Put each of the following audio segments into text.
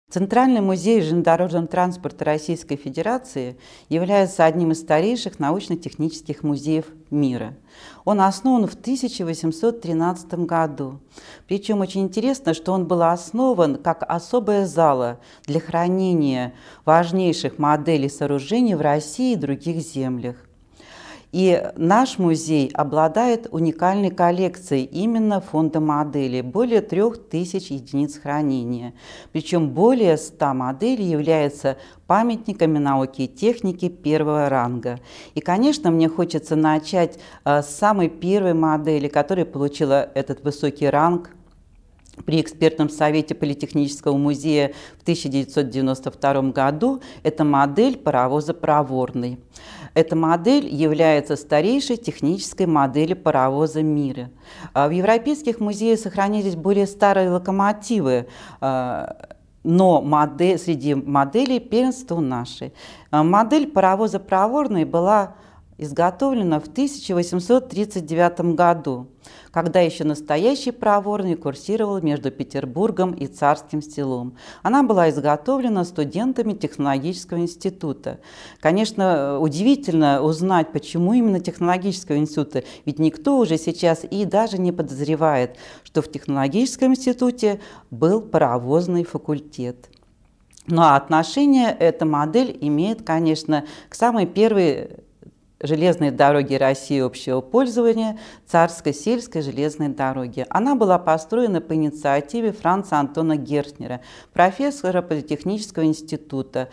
Центральный музей железнодорожного транспорта Российской Федерации является одним из старейших научно-технических музеев мира. Он основан в 1813 году. Причем очень интересно, что он был основан как особая зала для хранения важнейших моделей сооружений в России и других землях. И наш музей обладает уникальной коллекцией именно фонда моделей, более 3000 единиц хранения. Причем более 100 моделей являются памятниками науки и техники первого ранга. И, конечно, мне хочется начать с самой первой модели, которая получила этот высокий ранг при экспертном совете Политехнического музея в 1992 году. Это модель паровоза «Проворный». Эта модель является старейшей технической моделью паровоза мира. В европейских музеях сохранились более старые локомотивы, но среди моделей первенство нашей. Модель паровоза «Проворный» была изготовлена в 1839 году, когда еще настоящий Проворный курсировал между Петербургом и Царским Селом. Она была изготовлена студентами технологического института. Конечно, удивительно узнать, почему именно технологического института, ведь никто уже сейчас и даже не подозревает, что в технологическом институте был паровозный факультет. Ну а отношение эта модель имеет, конечно, к самой первой железной дороги России общего пользования, Царско-сельской железной дороги. Она была построена по инициативе Франца Антона Герстнера, профессора Политехнического института,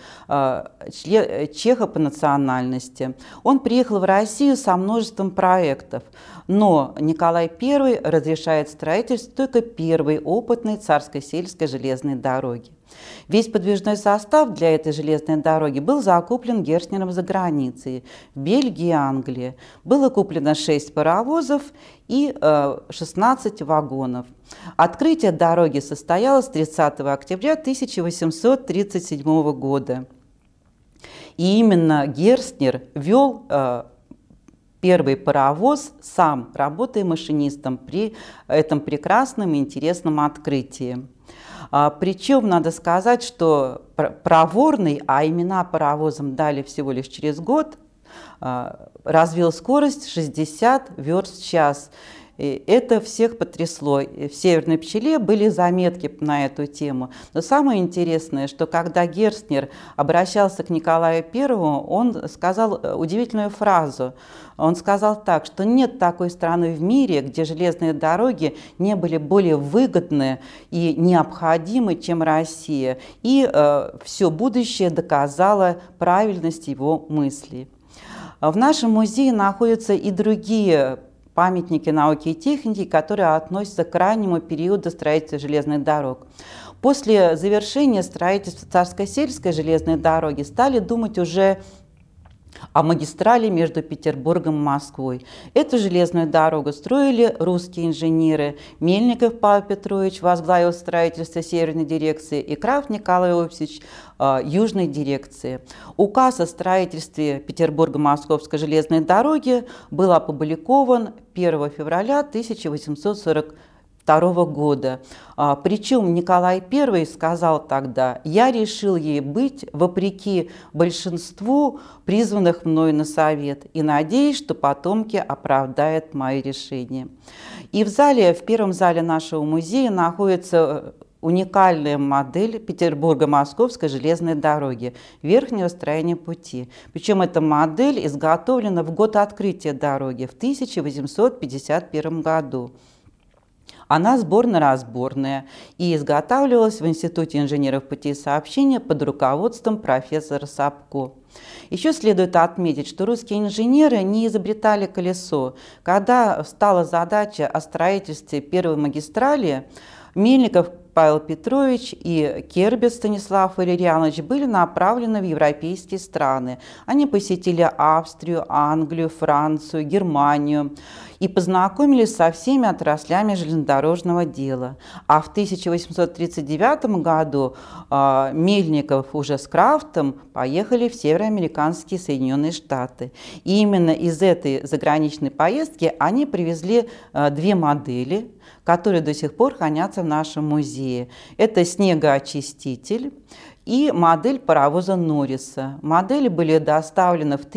чеха по национальности. Он приехал в Россию со множеством проектов, но Николай I разрешает строительство только первой опытной Царско-сельской железной дороги. Весь подвижной состав для этой железной дороги был закуплен Герстнером за границей, в Бельгии и Англии. Было куплено 6 паровозов и 16 вагонов. Открытие дороги состоялось 30 октября 1837 года. И именно Герстнер вел первый паровоз сам, работая машинистом при этом прекрасном и интересном открытии. Причем надо сказать, что Проворный, а имена паровозам дали всего лишь через год, развил скорость 60 верст в час. И это всех потрясло. В «Северной пчеле» были заметки на эту тему. Но самое интересное, что когда Герстнер обращался к Николаю I, он сказал удивительную фразу. Он сказал так, что нет такой страны в мире, где железные дороги не были более выгодны и необходимы, чем Россия. И все будущее доказало правильность его мыслей. В нашем музее находятся и другие памятники науки и техники, которые относятся к раннему периоду строительства железных дорог. После завершения строительства Царско-сельской железной дороги стали думать уже о магистрали между Петербургом и Москвой. Эту железную дорогу строили русские инженеры. Мельников Павел Петрович возглавил строительство Северной дирекции и Крафт Николай Иосифович Южной дирекции. Указ о строительстве Петербурго-Московской железной дороги был опубликован 1 февраля 1842 года. Причем Николай I сказал тогда: «Я решил ей быть вопреки большинству призванных мною на совет и надеюсь, что потомки оправдают мои решения». И в первом зале нашего музея находится уникальная модель Петербурго-Московской железной дороги верхнего строения пути. Причем эта модель изготовлена в год открытия дороги в 1851 году. Она сборно-разборная и изготавливалась в Институте инженеров путей сообщения под руководством профессора Сапко. Еще следует отметить, что русские инженеры не изобретали колесо. Когда встала задача о строительстве первой магистрали, Мельников Павел Петрович и Кербес Станислав Валерьянович были направлены в европейские страны. Они посетили Австрию, Англию, Францию, Германию. и познакомились со всеми отраслями железнодорожного дела. А в 1839 году Мельников уже с Крафтом поехали в североамериканские Соединенные Штаты. И именно из этой заграничной поездки они привезли две модели, которые до сих пор хранятся в нашем музее. Это снегоочиститель и модель паровоза Норриса. Модели были доставлены в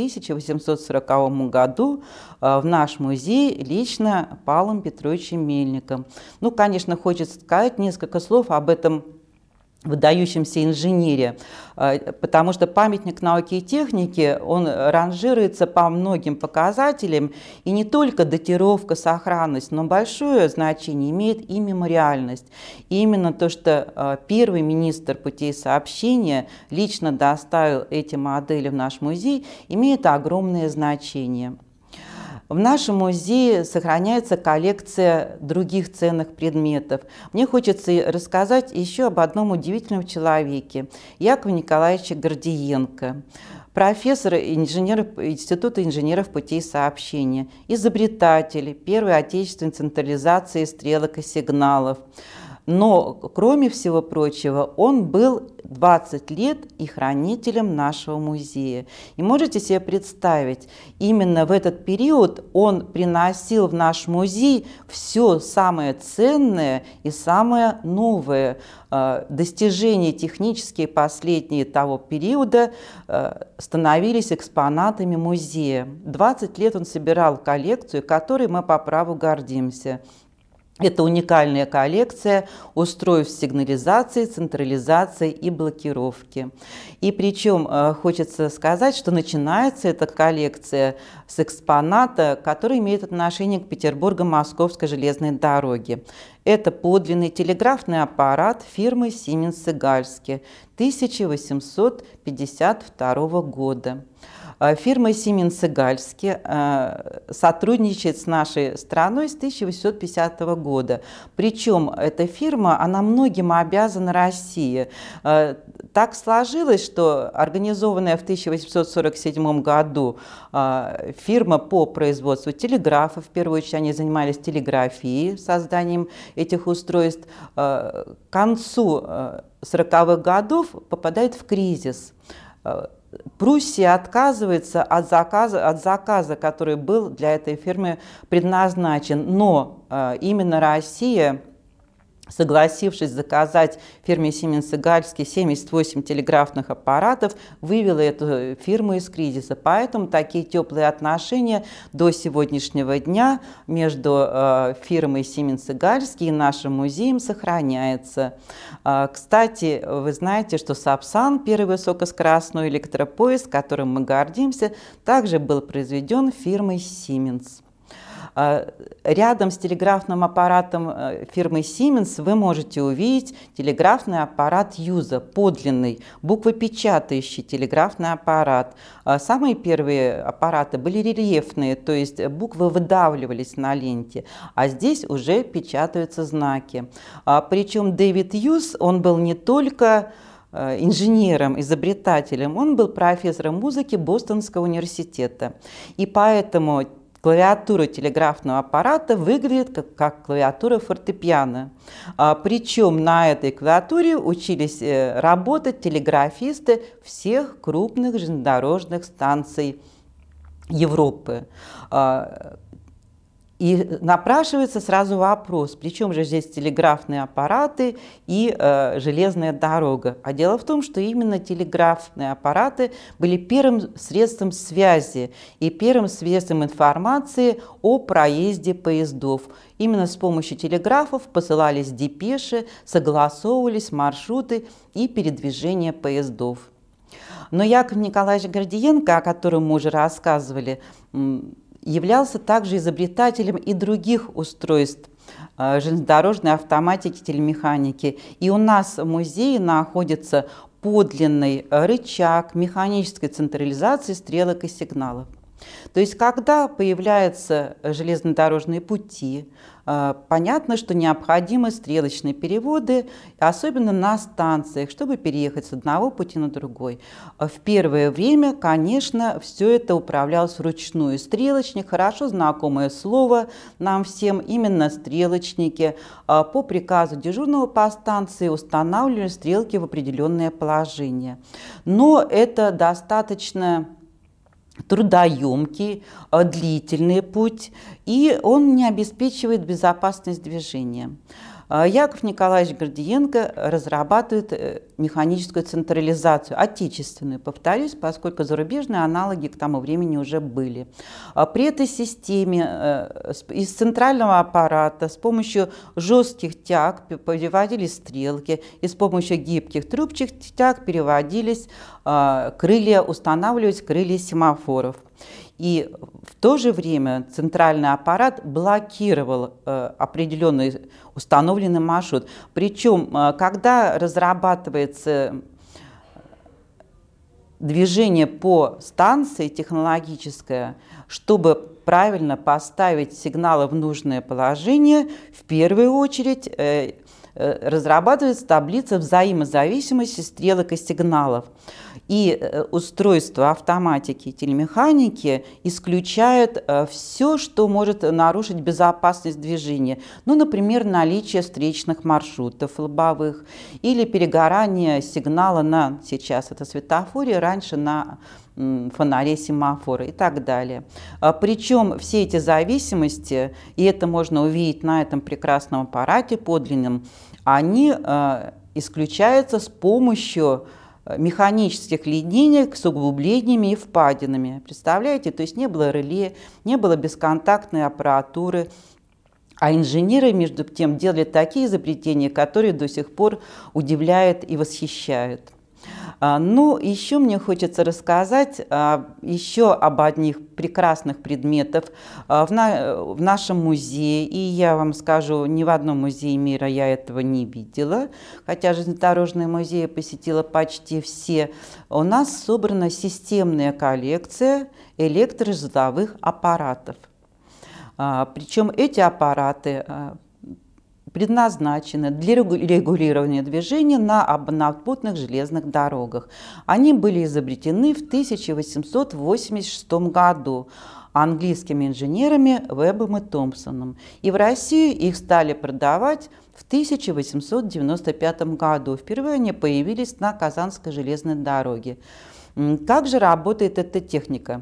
1840 году в наш музей лично Павлом Петровичем Мельником. Ну, конечно, хочется сказать несколько слов об этом выдающемся инженере, потому что памятник науки и техники, он ранжируется по многим показателям, и не только датировка, сохранность, но большое значение имеет и мемориальность. И именно то, что первый министр путей сообщения лично доставил эти модели в наш музей, имеет огромное значение. В нашем музее сохраняется коллекция других ценных предметов. Мне хочется рассказать еще об одном удивительном человеке – Якове Николаевиче Гордиенко, профессор Института инженеров путей сообщения, изобретатель первой отечественной централизации стрелок и сигналов. Но, кроме всего прочего, он был 20 лет и хранителем нашего музея. И можете себе представить, именно в этот период он приносил в наш музей все самое ценное и самое новое. Достижения технические последние того периода становились экспонатами музея. 20 лет он собирал коллекцию, которой мы по праву гордимся. Это уникальная коллекция устройств сигнализации, централизации и блокировки. И причем хочется сказать, что начинается эта коллекция с экспоната, который имеет отношение к Петербурго-Московской железной дороге. Это подлинный телеграфный аппарат фирмы Siemens и Galske 1852 года. Фирма Siemens и Galske сотрудничает с нашей страной с 1850 года. Причем эта фирма, она многим обязана России. Так сложилось, что организованная в 1847 году фирма по производству телеграфа, в первую очередь они занимались телеграфией, созданием этих устройств, к концу 40-х годов попадает в кризис. Пруссия отказывается от заказа, который был для этой фирмы предназначен, но именно Россия, согласившись заказать фирме Siemens и Galske 78 телеграфных аппаратов, вывела эту фирму из кризиса. Поэтому такие теплые отношения до сегодняшнего дня между фирмой Siemens и Galske и нашим музеем сохраняется. Кстати, вы знаете, что Сапсан, первый высокоскоростной электропоезд, которым мы гордимся, также был произведен фирмой Siemens. Рядом с телеграфным аппаратом фирмы Siemens вы можете увидеть телеграфный аппарат Юза, подлинный, буквопечатающий телеграфный аппарат. Самые первые аппараты были рельефные, то есть буквы выдавливались на ленте, а здесь уже печатаются знаки. Причем Дэвид Юз, он был не только инженером, изобретателем, он был профессором музыки Бостонского университета. И поэтому клавиатура телеграфного аппарата выглядит как клавиатура фортепиано. Причем на этой клавиатуре учились работать телеграфисты всех крупных железнодорожных станций Европы. И напрашивается сразу вопрос, при чем же здесь телеграфные аппараты и железная дорога? А дело в том, что именно телеграфные аппараты были первым средством связи и первым средством информации о проезде поездов. Именно с помощью телеграфов посылались депеши, согласовывались маршруты и передвижение поездов. Но Яков Николаевич Гордиенко, о котором мы уже рассказывали, являлся также изобретателем и других устройств железнодорожной автоматики, телемеханики. И у нас в музее находится подлинный рычаг механической централизации стрелок и сигналов. То есть, когда появляются железнодорожные пути, понятно, что необходимы стрелочные переводы, особенно на станциях, чтобы переехать с одного пути на другой. В первое время, конечно, все это управлялось вручную. Стрелочник, хорошо знакомое слово нам всем, именно стрелочники по приказу дежурного по станции устанавливали стрелки в определенное положение. Но это достаточно трудоемкий, длительный путь, и он не обеспечивает безопасность движения. Яков Николаевич Гордиенко разрабатывает механическую централизацию, отечественную, повторюсь, поскольку зарубежные аналоги к тому времени уже были. При этой системе из центрального аппарата с помощью жестких тяг переводились стрелки, и с помощью гибких трубчих тяг переводились крылья, устанавливались крылья семафоров. И в то же время центральный аппарат блокировал определенный установленный маршрут. Причем, когда разрабатывается движение по станции технологическое, чтобы правильно поставить сигналы в нужное положение, в первую очередь разрабатывается таблица взаимозависимости стрелок и сигналов. И устройство автоматики и телемеханики исключает все, что может нарушить безопасность движения. Ну, например, наличие встречных маршрутов лобовых или перегорание сигнала на, сейчас это светофоре, раньше на фонаре семафора и так далее. Причем все эти зависимости, и это можно увидеть на этом прекрасном аппарате подлинном, они исключаются с помощью механических линеек с углублениями и впадинами. Представляете? То есть не было реле, не было бесконтактной аппаратуры. А инженеры, между тем, делали такие изобретения, которые до сих пор удивляют и восхищают. Ну, еще мне хочется рассказать еще об одних прекрасных предметах в нашем музее. И я вам скажу, ни в одном музее мира я этого не видела, хотя железнодорожные музеи посетила почти все. У нас собрана системная коллекция электрожезловых аппаратов. Причем эти аппараты предназначены для регулирования движения на однопутных железных дорогах. Они были изобретены в 1886 году английскими инженерами Веббом и Томпсоном. И в Россию их стали продавать в 1895 году. Впервые они появились на Казанской железной дороге. Как же работает эта техника?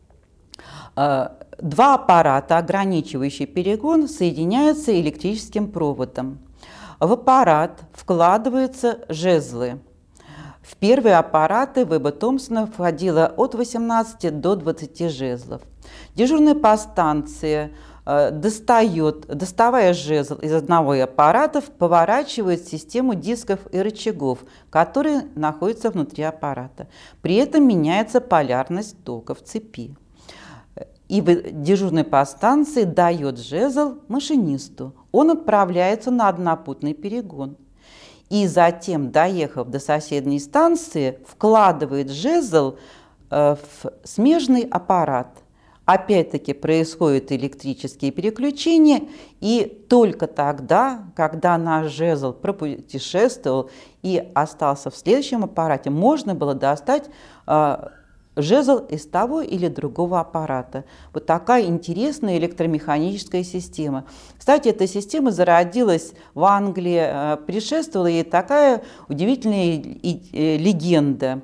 Два аппарата, ограничивающие перегон, соединяются электрическим проводом. В аппарат вкладываются жезлы. В первые аппараты Веба Томпсона входило от 18 до 20 жезлов. Дежурный по станции доставая жезл из одного из аппаратов, поворачивает систему дисков и рычагов, которые находятся внутри аппарата. При этом меняется полярность тока в цепи. И дежурный по станции дает жезл машинисту. Он отправляется на однопутный перегон. И затем, доехав до соседней станции, вкладывает жезл в смежный аппарат. Опять-таки происходят электрические переключения, и только тогда, когда наш жезл пропутешествовал и остался в следующем аппарате, можно было достать жезл из того или другого аппарата. Вот такая интересная электромеханическая система. Кстати, эта система зародилась в Англии, предшествовала ей такая удивительная легенда.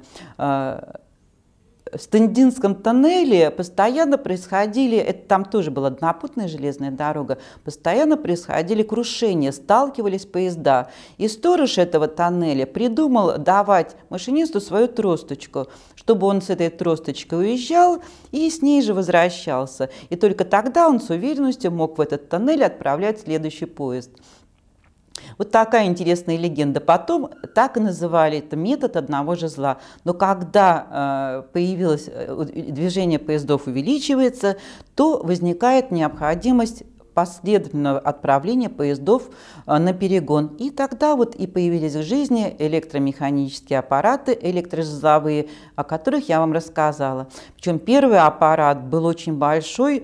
В Стендинском тоннеле постоянно происходили, там тоже была однопутная железная дорога, постоянно происходили крушения, сталкивались поезда. И сторож этого тоннеля придумал давать машинисту свою тросточку, чтобы он с этой тросточкой уезжал и с ней же возвращался. И только тогда он с уверенностью мог в этот тоннель отправлять следующий поезд. Вот такая интересная легенда. Потом так и называли это метод одного жезла. Но когда движение поездов увеличивается, то возникает необходимость последовательного отправления поездов на перегон. И тогда вот и появились в жизни электромеханические аппараты, электрожезловые, о которых я вам рассказала. Причем первый аппарат был очень большой,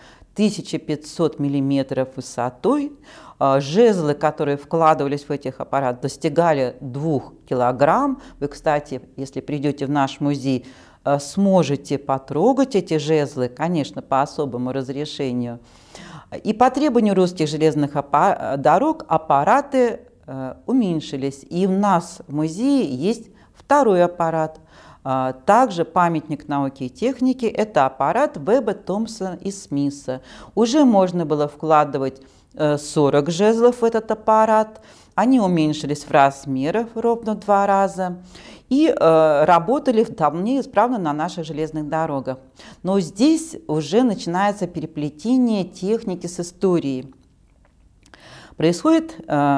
1500 миллиметров высотой. Жезлы, которые вкладывались в этих аппарат, достигали 2 килограмм. Вы, кстати, если придете в наш музей, сможете потрогать эти жезлы, конечно, по особому разрешению. И по требованию русских железных дорог аппараты уменьшились. И у нас в музее есть второй аппарат. Также памятник науки и техники – это аппарат Веба, Томпсона и Смиса. Уже можно было вкладывать 40 жезлов в этот аппарат. Они уменьшились в размерах ровно в 2 раза и работали вполне исправно на наших железных дорогах. Но здесь уже начинается переплетение техники с историей. Происходит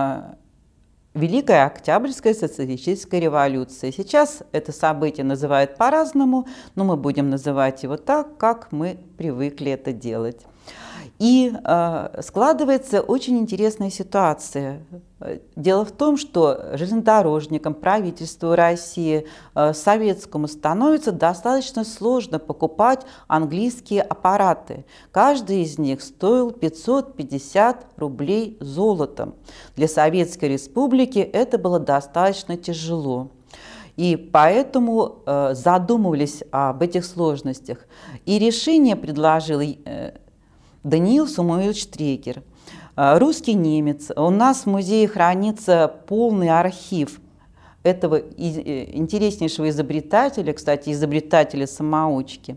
Великая Октябрьская социалистическая революция. Сейчас это событие называют по-разному, но мы будем называть его так, как мы привыкли это делать. И складывается очень интересная ситуация. Дело в том, что железнодорожникам, правительству России, советскому становится достаточно сложно покупать английские аппараты. Каждый из них стоил 550 рублей золотом. Для Советской Республики это было достаточно тяжело. И поэтому задумывались об этих сложностях. И решение предложил Даниил Самуилович Трегер, русский немец. У нас в музее хранится полный архив этого интереснейшего изобретателя, кстати, изобретателя-самоучки,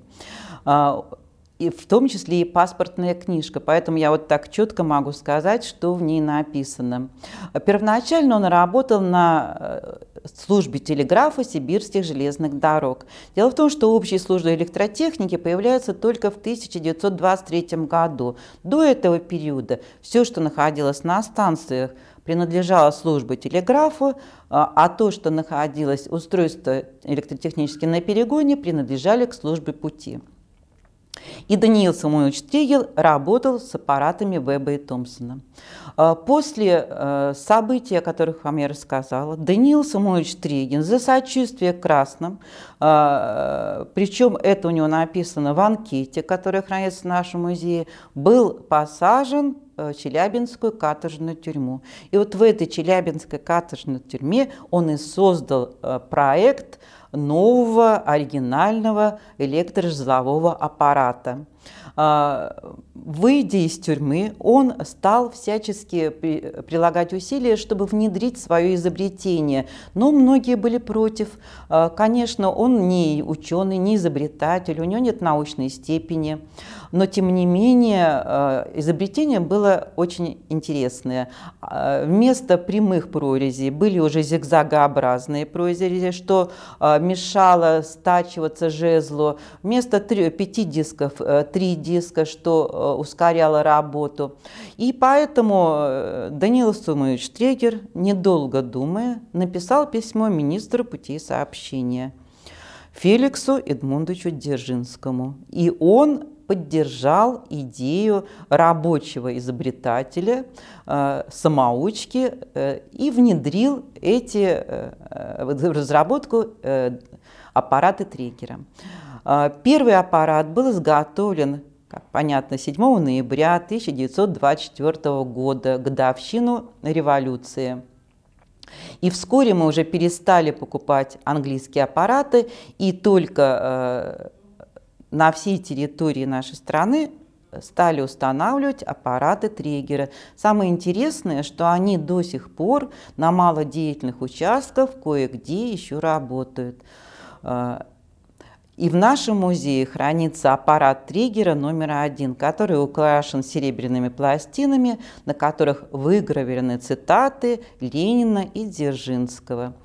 и в том числе и паспортная книжка. Поэтому я вот так четко могу сказать, что в ней написано. Первоначально он работал на службе телеграфа Сибирских железных дорог. Дело в том, что общие службы электротехники появляются только в 1923 году. До этого периода все, что находилось на станциях, принадлежало службе телеграфа, а то, что находилось устройство электротехнические на перегоне, принадлежали к службе пути. И Даниил Самуилович Трегер работал с аппаратами Веба и Томпсона. После событий, о которых вам я рассказала, Даниил Самуилович Трегер за сочувствие к красным, причем это у него написано в анкете, которая хранится в нашем музее, был посажен в Челябинскую каторжную тюрьму. И вот в этой Челябинской каторжной тюрьме он и создал проект нового оригинального электрожезлового аппарата. Выйдя из тюрьмы, он стал всячески прилагать усилия, чтобы внедрить свое изобретение. Но многие были против. Конечно, он не ученый, не изобретатель, у него нет научной степени. Но, тем не менее, изобретение было очень интересное. Вместо прямых прорезей были уже зигзагообразные прорези, что мешало стачиваться жезлу. Вместо 5 дисков 3 диска, что ускоряло работу. И поэтому Даниил Самуилович Трегер, недолго думая, написал письмо министру путей сообщения Феликсу Эдмундовичу Дзержинскому. И он поддержал идею рабочего изобретателя, самоучки, и внедрил в разработку аппараты Трегера. Первый аппарат был изготовлен, как понятно, 7 ноября 1924 года, годовщину революции. И вскоре мы уже перестали покупать английские аппараты, и только на всей территории нашей страны стали устанавливать аппараты Трегера. Самое интересное, что они до сих пор на малодеятельных участках кое-где еще работают. И в нашем музее хранится аппарат Трегера номер 1, который украшен серебряными пластинами, на которых выгравированы цитаты Ленина и Дзержинского.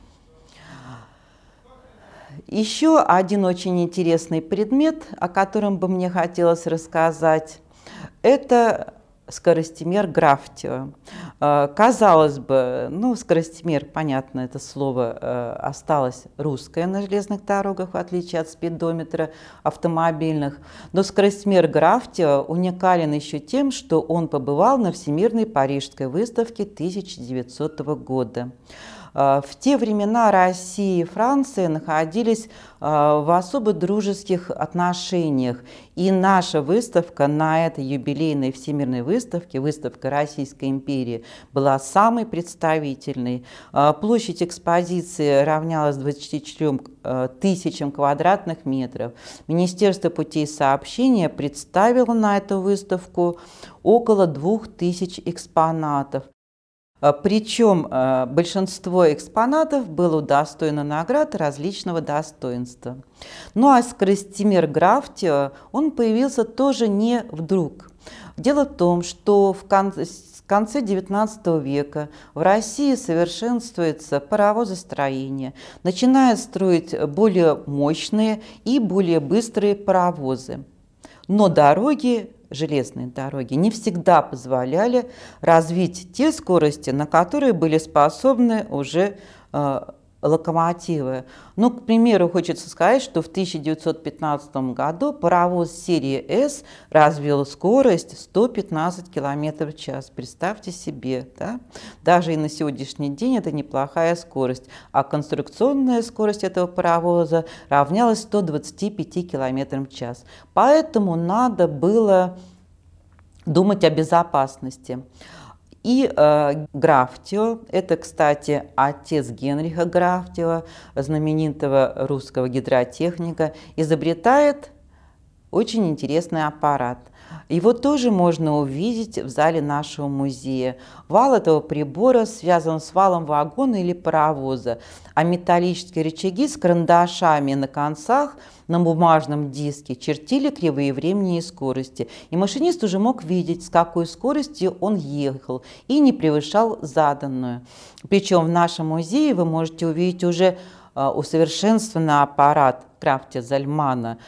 Еще один очень интересный предмет, о котором бы мне хотелось рассказать, это скоростимер Графтио. Казалось бы, ну, скоростимер, понятно, это слово осталось русское на железных дорогах, в отличие от спидометра автомобильных. Но скоростимер Графтио уникален еще тем, что он побывал на Всемирной Парижской выставке 1900 года. В те времена Россия и Франция находились в особо дружеских отношениях. И наша выставка на этой юбилейной всемирной выставке, выставка Российской империи, была самой представительной. Площадь экспозиции равнялась 24 тысячам квадратных метров. Министерство путей сообщения представило на эту выставку около 2000 экспонатов. Причем большинство экспонатов было удостоено наград различного достоинства. Ну а скоростимер Графтио, он появился тоже не вдруг. Дело в том, что в конце XIX века в России совершенствуется паровозостроение, начинают строить более мощные и более быстрые паровозы. Но железные дороги не всегда позволяли развить те скорости, на которые были способны уже локомотивы. Ну, к примеру, хочется сказать, что в 1915 году паровоз серии С развил скорость 115 км в час. Представьте себе, да? Даже и на сегодняшний день это неплохая скорость. А конструкционная скорость этого паровоза равнялась 125 км в час. Поэтому надо было думать о безопасности. И Графтио, это, кстати, отец Генриха Графтио, знаменитого русского гидротехника, изобретает очень интересный аппарат. Его тоже можно увидеть в зале нашего музея. Вал этого прибора связан с валом вагона или паровоза, а металлические рычаги с карандашами на концах на бумажном диске чертили кривые времени и скорости. И машинист уже мог видеть, с какой скоростью он ехал и не превышал заданную. Причем в нашем музее вы можете увидеть уже усовершенствованный аппарат Графтио-Зальмана.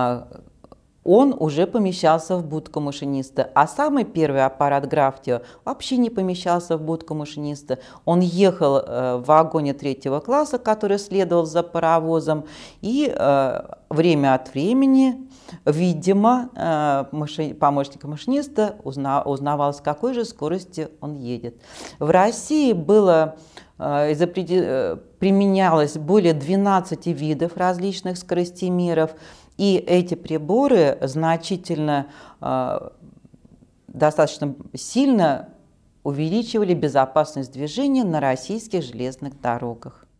Он уже помещался в будку машиниста, а самый первый аппарат Графтио вообще не помещался в будку машиниста. Он ехал в вагоне 3-го класса, который следовал за паровозом, и время от времени, видимо, помощник машиниста узнавал, с какой же скоростью он едет. В России применялось более 12 видов различных скоростимеров. И эти приборы значительно, достаточно сильно увеличивали безопасность движения на российских железных дорогах.